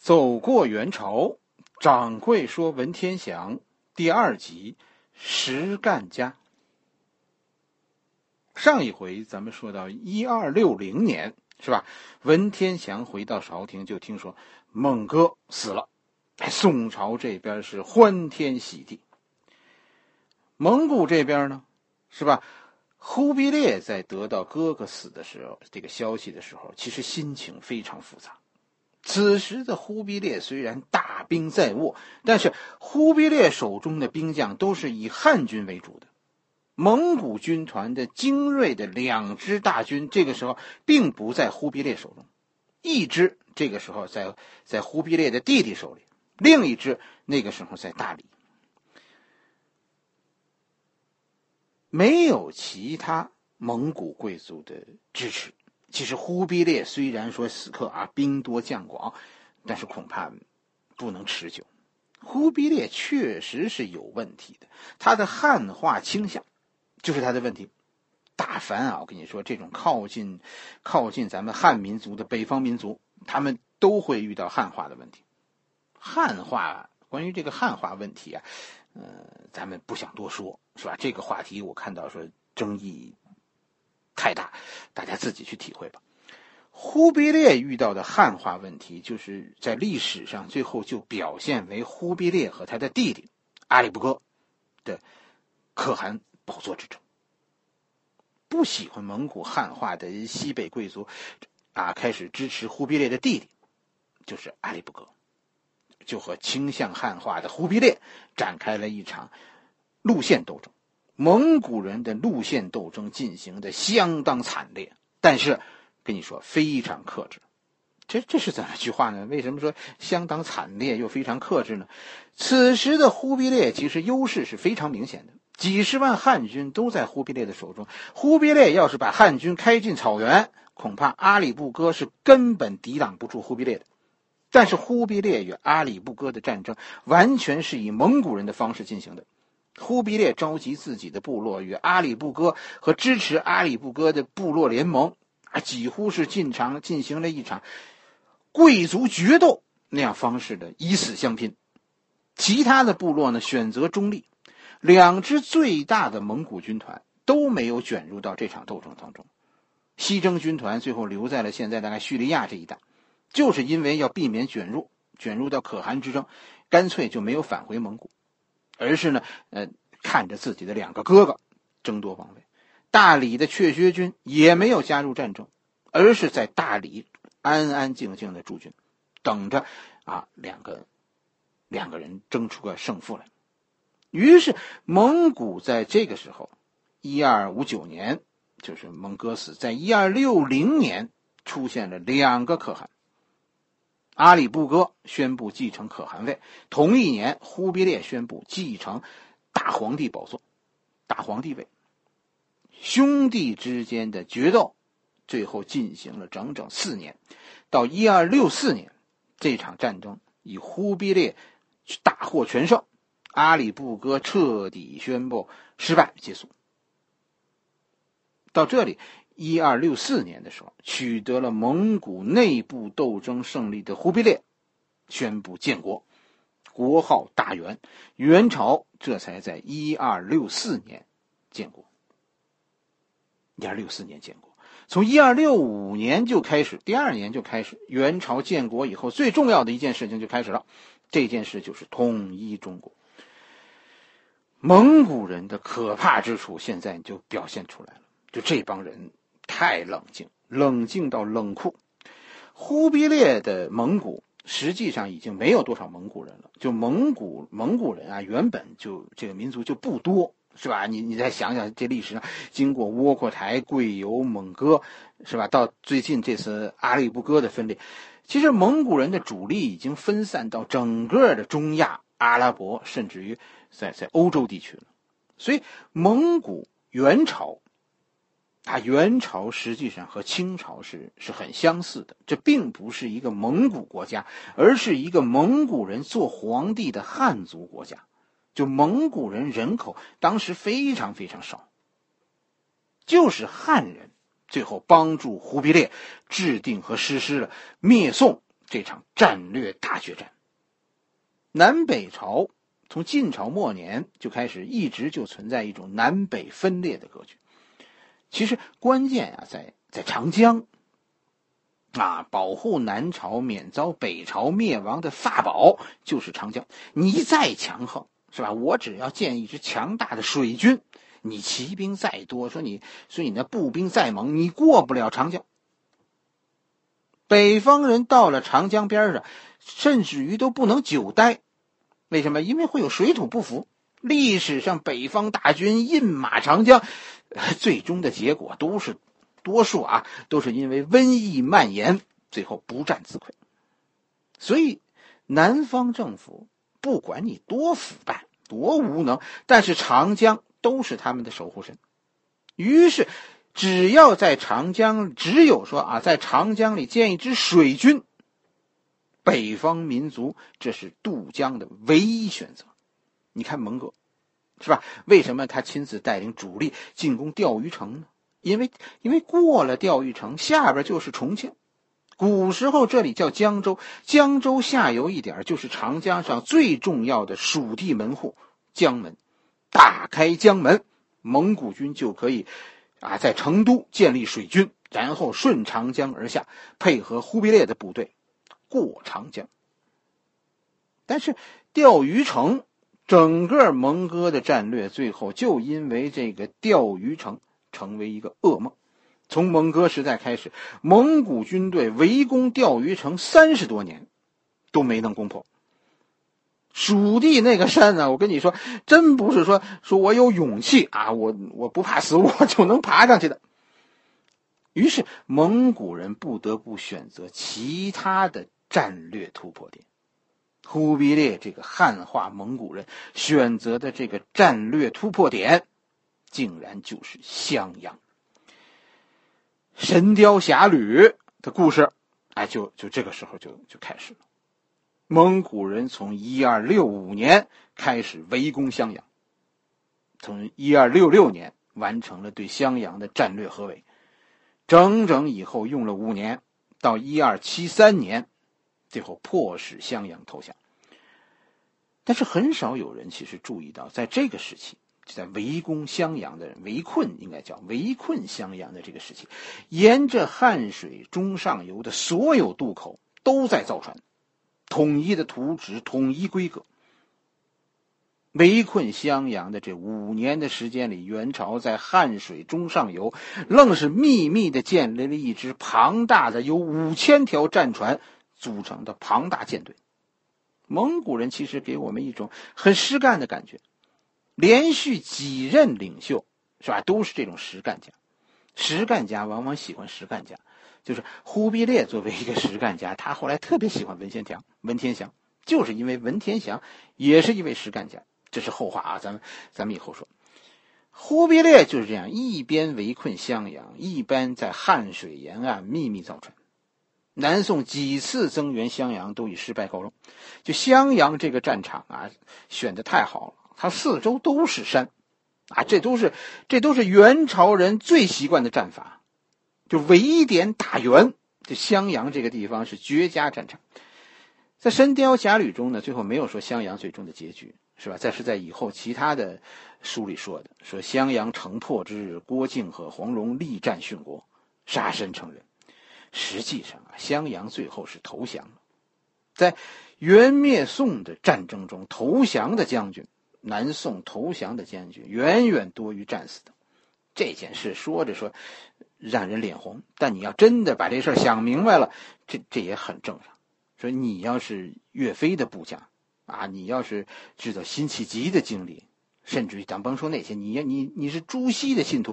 走过元朝，掌柜说文天祥第2集实干家。上一回咱们说到1260年，是吧？文天祥回到朝廷，就听说蒙哥死了，宋朝这边是欢天喜地。蒙古这边呢，是吧？忽必烈在得到哥哥死的时候，这个消息的时候，其实心情非常复杂。此时的忽必烈虽然大兵在握，但是忽必烈手中的兵将都是以汉军为主的。蒙古军团的精锐的2支大军，这个时候并不在忽必烈手中，一支这个时候在忽必烈的弟弟手里，另一支那个时候在大理。没有其他蒙古贵族的支持，其实忽必烈虽然说此刻兵多将广，但是恐怕不能持久。忽必烈确实是有问题的，他的汉化倾向就是他的问题。大凡我跟你说，这种靠近咱们汉民族的北方民族，他们都会遇到汉化的问题。关于这个汉化问题咱们不想多说，是吧？这个话题我看到说争议太大，大家自己去体会吧。忽必烈遇到的汉化问题，就是在历史上最后就表现为忽必烈和他的弟弟阿里不哥的可汗宝座之争。不喜欢蒙古汉化的西北贵族开始支持忽必烈的弟弟，就是阿里不哥，就和倾向汉化的忽必烈展开了一场路线斗争。蒙古人的路线斗争进行的相当惨烈，但是跟你说非常克制。这是怎么句话呢？为什么说相当惨烈又非常克制呢？此时的忽必烈其实优势是非常明显的，几十万汉军都在忽必烈的手中。忽必烈要是把汉军开进草原，恐怕阿里不哥是根本抵挡不住忽必烈的。但是忽必烈与阿里不哥的战争完全是以蒙古人的方式进行的。忽必烈召集自己的部落与阿里不哥和支持阿里不哥的部落联盟，几乎是进行了一场贵族决斗那样方式的以死相拼。其他的部落呢选择中立，2支最大的蒙古军团都没有卷入到这场斗争当中。西征军团最后留在了现在大概叙利亚这一带，就是因为要避免卷入到可汗之争，干脆就没有返回蒙古，而是呢看着自己的2个哥哥争夺王位。大理的阙薛军也没有加入战争，而是在大理安安静静的驻军，等着两个人争出个胜负来。于是蒙古在这个时候1259年，就是蒙哥死，在1260年出现了2个可汗。阿里不哥宣布继承可汗位，同一年忽必烈宣布继承大皇帝宝座，大皇帝位。兄弟之间的决斗最后进行了整整4年，到1264年，这场战争以忽必烈大获全胜，阿里不哥彻底宣布失败结束。到这里1264年的时候，取得了蒙古内部斗争胜利的忽必烈宣布建国，国号大元，元朝这才在1264年建国。1264年建国，从1265年就开始，第2年就开始，元朝建国以后最重要的一件事情就开始了，这件事就是统一中国。蒙古人的可怕之处现在就表现出来了，就这帮人太冷静到冷酷。忽必烈的蒙古实际上已经没有多少蒙古人了，就蒙古人原本就这个民族就不多，是吧？你再想想，这历史上经过窝阔台、贵由、蒙哥，是吧？到最近这次阿里不哥的分裂，其实蒙古人的主力已经分散到整个的中亚、阿拉伯，甚至于在欧洲地区了。所以蒙古元朝实际上和清朝是很相似的，这并不是一个蒙古国家，而是一个蒙古人做皇帝的汉族国家。就蒙古人人口当时非常非常少，就是汉人最后帮助忽必烈制定和实施了灭宋这场战略大决战。南北朝从晋朝末年就开始，一直就存在一种南北分裂的格局。其实关键在长江保护南朝免遭北朝灭亡的法宝就是长江。你再强横，是吧？我只要建一支强大的水军，你骑兵再多，说你那步兵再猛，你过不了长江。北方人到了长江边上，甚至于都不能久待。为什么？因为会有水土不服。历史上北方大军饮马长江，最终的结果多数都是因为瘟疫蔓延，最后不战自溃。所以南方政府不管你多腐败多无能，但是长江都是他们的守护神。于是只有在长江里建一支水军，北方民族这是渡江的唯一选择。你看蒙哥，是吧？为什么他亲自带领主力进攻钓鱼城呢？因为过了钓鱼城，下边就是重庆。古时候这里叫江州，江州下游一点就是长江上最重要的属地门户江门。打开江门，蒙古军就可以在成都建立水军，然后顺长江而下，配合忽必烈的部队过长江。但是钓鱼城整个蒙哥的战略最后就因为这个钓鱼城成为一个噩梦。从蒙哥时代开始，蒙古军队围攻钓鱼城30多年都没能攻破。蜀地那个山我跟你说，真不是说我有勇气我不怕死我就能爬上去的。于是蒙古人不得不选择其他的战略突破点。忽必烈这个汉化蒙古人选择的这个战略突破点竟然就是襄阳。神雕侠侣的故事就这个时候就开始了。蒙古人从1265年开始围攻襄阳，从1266年完成了对襄阳的战略合围，整整以后用了5年，到1273年最后迫使襄阳投降。但是很少有人其实注意到，在这个时期，在围攻襄阳的人，围困襄阳的这个时期，沿着汉水中上游的所有渡口都在造船，统一的图纸，统一规格。围困襄阳的这5年的时间里，元朝在汉水中上游愣是秘密地建立了一支庞大的由5000条战船组成的庞大舰队。蒙古人其实给我们一种很实干的感觉，连续几任领袖，是吧，都是这种实干家。实干家往往喜欢实干家，就是忽必烈作为一个实干家，他后来特别喜欢文天祥，就是因为文天祥也是一位实干家。这是后话咱们以后说。忽必烈就是这样，一边围困襄阳，一边在汉水沿岸秘密造船。南宋几次增援襄阳都以失败告终。就襄阳这个战场选得太好了，它四周都是山这都是元朝人最习惯的战法，就围点打援。就襄阳这个地方是绝佳战场。在《神雕侠侣》中呢，最后没有说襄阳最终的结局，是吧？这是在以后其他的书里说的，说襄阳城破之日，郭靖和黄蓉力战殉国，杀身成仁。实际上襄阳最后是投降了。在元灭宋的战争中，南宋投降的将军远远多于战死的。这件事说让人脸红，但你要真的把这事想明白了，这也很正常。说你要是岳飞的部将你要是知道辛弃疾的经历，甚至于咱甭说那些，你是朱熹的信徒，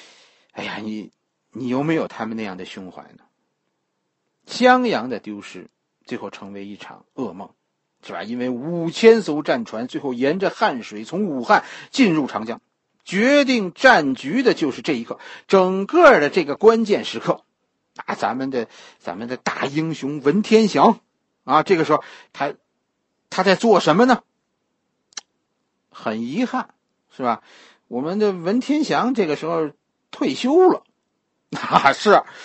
你有没有他们那样的胸怀呢？襄阳的丢失最后成为一场噩梦，是吧？因为5000艘战船最后沿着汉水从武汉进入长江，决定战局的就是这一刻，整个的这个关键时刻咱们的大英雄文天祥这个时候他在做什么呢？很遗憾，是吧？我们的文天祥这个时候退休了是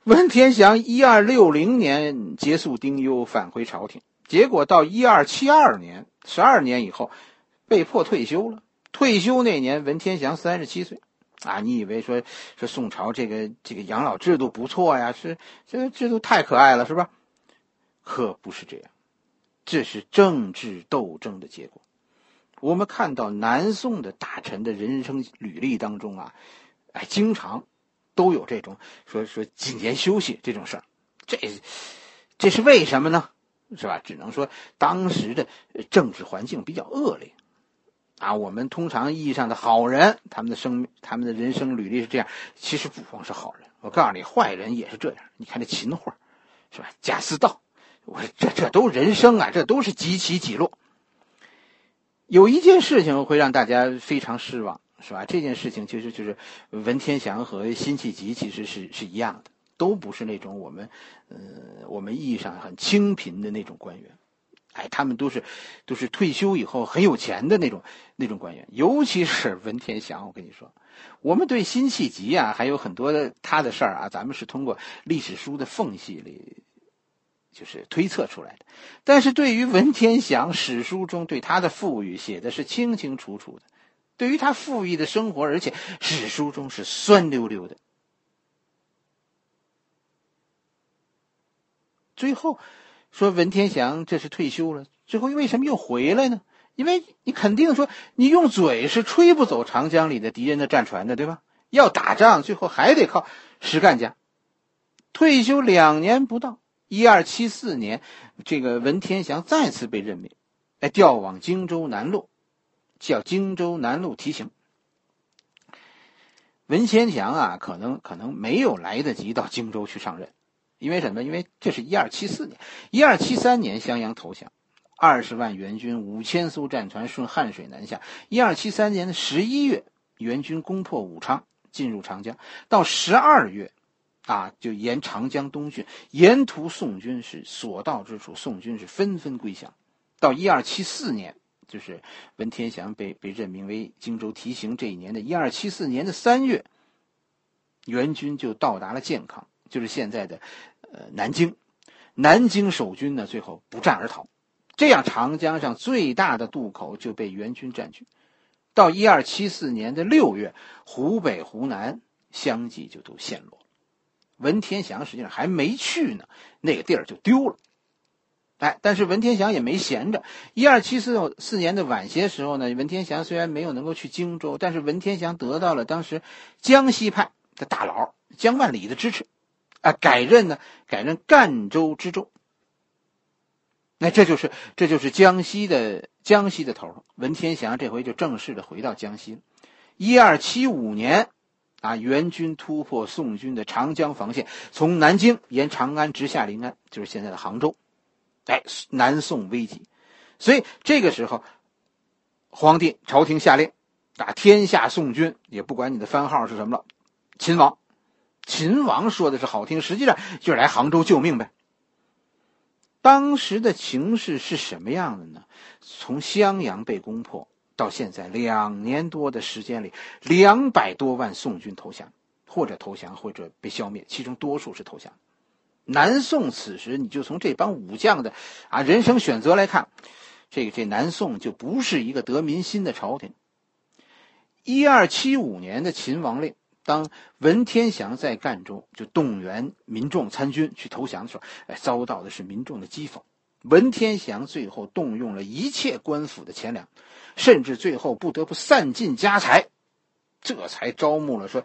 文天祥1260年结束丁忧，返回朝廷，结果到1272年，12年以后被迫退休了。退休那年，文天祥37岁。啊，你以为说宋朝这个养老制度不错呀，是这个制度太可爱了，是吧？可不是这样，这是政治斗争的结果。我们看到南宋的大臣的人生履历当中啊，经常都有这种说几年休息这种事儿，这是为什么呢？是吧？只能说当时的政治环境比较恶劣。啊，我们通常意义上的好人，他们的人生履历是这样，其实不光是好人，我告诉你，坏人也是这样。你看这秦桧，是吧？贾似道，这都人生啊，这都是几起几落。有一件事情会让大家非常失望，是吧？这件事情其实就是文天祥和辛弃疾其实是一样的，都不是那种我们意义上很清贫的那种官员。他们都是退休以后很有钱的那种官员，尤其是文天祥。我跟你说，我们对辛弃疾啊，还有很多的他的事儿啊，咱们是通过历史书的缝隙里就是推测出来的。但是对于文天祥，史书中对他的富裕写的是清清楚楚的，对于他富裕的生活，而且史书中是酸溜溜的。最后说文天祥这是退休了，最后为什么又回来呢？因为你肯定说你用嘴是吹不走长江里的敌人的战船的，对吧？要打仗最后还得靠实干家。退休2年不到，1274年，这个文天祥再次被任命，调往荆州南路，叫荆州南路提刑。文天祥啊，可能没有来得及到荆州去上任。因为什么？因为这是1274年，1273年襄阳投降，20万援军5000艘战船顺汉水南下。1273年的11月，援军攻破武昌，进入长江。到12月，就沿长江东进，沿途宋军是所到之处，宋军是纷纷归降。到1274年，就是文天祥被任命为荆州提刑这一年的1274年的3月，援军就到达了建康，就是现在的南京。南京守军呢，最后不战而逃，这样长江上最大的渡口就被援军占据。到1274年的6月，湖北湖南相继就都陷落。文天祥实际上还没去呢，那个地儿就丢了。但是文天祥也没闲着。1274年的晚些时候呢，文天祥虽然没有能够去荆州，但是文天祥得到了当时江西派的大佬江万里的支持，改任赣州知州。那这就是江西的头。文天祥这回就正式的回到江西了。1275年援军突破宋军的长江防线，从南京沿长安直下临安，就是现在的杭州。南宋危急。所以这个时候皇帝朝廷下令，天下宋军，也不管你的番号是什么了，秦王说的是好听，实际上就是来杭州救命呗。当时的情势是什么样的呢？从襄阳被攻破到现在2年多的时间里，200多万宋军投降，或者被消灭，其中多数是投降。南宋此时，你就从这帮武将的人生选择来看，这南宋就不是一个得民心的朝廷。1275年的秦王令，当文天祥在赣州就动员民众参军去投降的时候，遭到的是民众的讥讽。文天祥最后动用了一切官府的钱粮，甚至最后不得不散尽家财，这才招募了说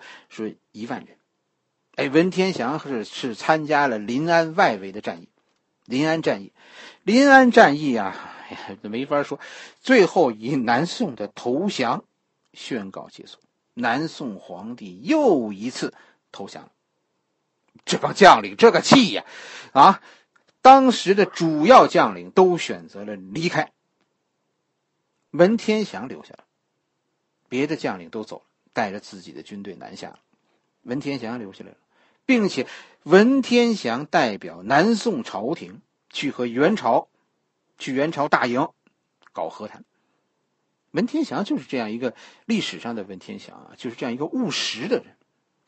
1万人。文天祥是参加了临安外围的战役。临安战役没法说，最后以南宋的投降宣告结束。南宋皇帝又一次投降了。这帮将领这个气呀！当时的主要将领都选择了离开，文天祥留下了，别的将领都走了，带着自己的军队南下了，文天祥留下来了，并且文天祥代表南宋朝廷去元朝大营搞和谈。文天祥就是这样一个历史上的文天祥就是这样一个务实的人。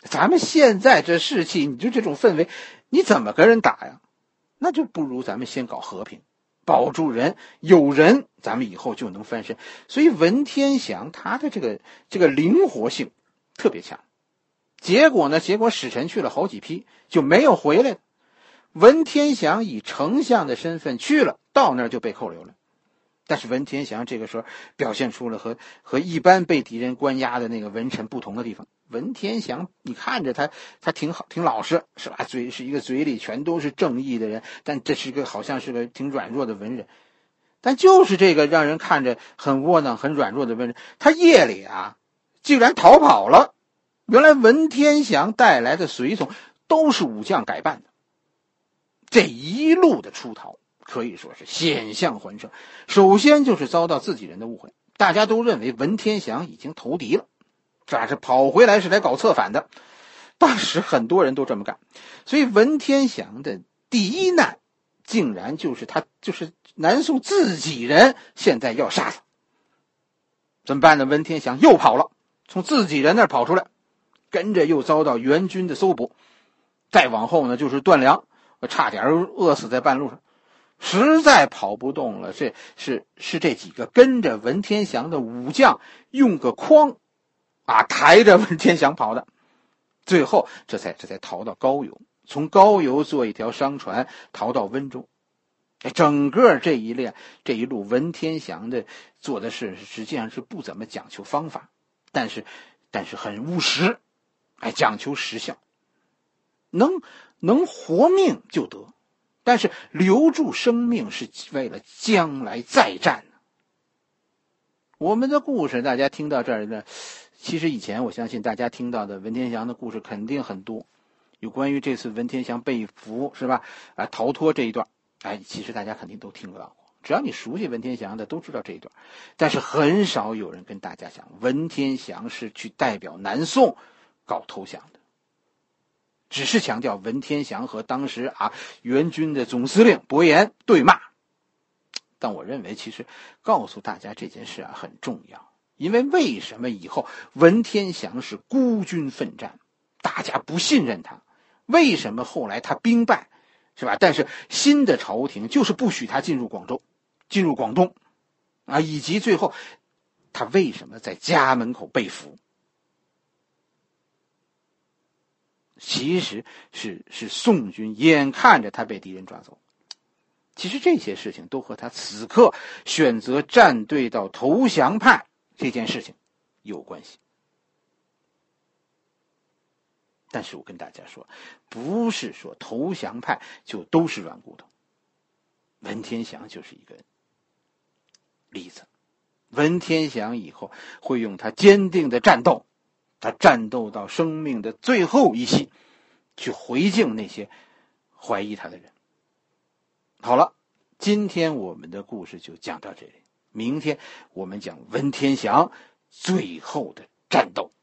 咱们现在这士气，你就这种氛围，你怎么跟人打呀？那就不如咱们先搞和平，保住人，有人，咱们以后就能翻身。所以文天祥他的这个灵活性特别强。结果使臣去了好几批，就没有回来的。文天祥以丞相的身份去了，到那儿就被扣留了。但是文天祥这个时候表现出了和一般被敌人关押的那个文臣不同的地方。文天祥，你看着他挺好，挺老实，是吧？是一个嘴里全都是正义的人，但这是个好像是个挺软弱的文人。但就是这个让人看着很窝囊、很软弱的文人，他夜里竟然逃跑了。原来文天祥带来的随从都是武将改扮的，这一路的出逃可以说是险象环生。首先就是遭到自己人的误会，大家都认为文天祥已经投敌了，这是跑回来是来搞策反的。当时很多人都这么干，所以文天祥的第一难竟然就是南宋自己人现在要杀他。怎么办呢？文天祥又跑了，从自己人那儿跑出来，跟着又遭到援军的搜捕。再往后呢，就是断粮，差点饿死在半路上，实在跑不动了。是这几个跟着文天祥的武将用个筐抬着文天祥跑的。最后这才逃到高邮，从高邮坐一条商船逃到温州。整个这一路文天祥的做的事实际上是不怎么讲求方法，但是很务实，讲求实效。能活命就得，但是留住生命是为了将来再战。我们的故事大家听到这儿呢，其实以前我相信大家听到的文天祥的故事肯定很多，有关于这次文天祥被俘是吧？逃脱这一段，其实大家肯定都听到过。只要你熟悉文天祥的都知道这一段，但是很少有人跟大家讲文天祥是去代表南宋搞投降的。只是强调文天祥和当时援军的总司令伯颜对骂。但我认为其实告诉大家这件事很重要，因为什么以后文天祥是孤军奋战，大家不信任他，为什么后来他兵败是吧？但是新的朝廷就是不许他进入广东以及最后他为什么在家门口被俘，其实是宋军眼看着他被敌人抓走。其实这些事情都和他此刻选择站队到投降派这件事情有关系。但是我跟大家说，不是说投降派就都是软骨头。文天祥就是一个例子。文天祥以后会用他坚定的战斗，他战斗到生命的最后一息，去回敬那些怀疑他的人。好了，今天我们的故事就讲到这里，明天我们讲文天祥最后的战斗。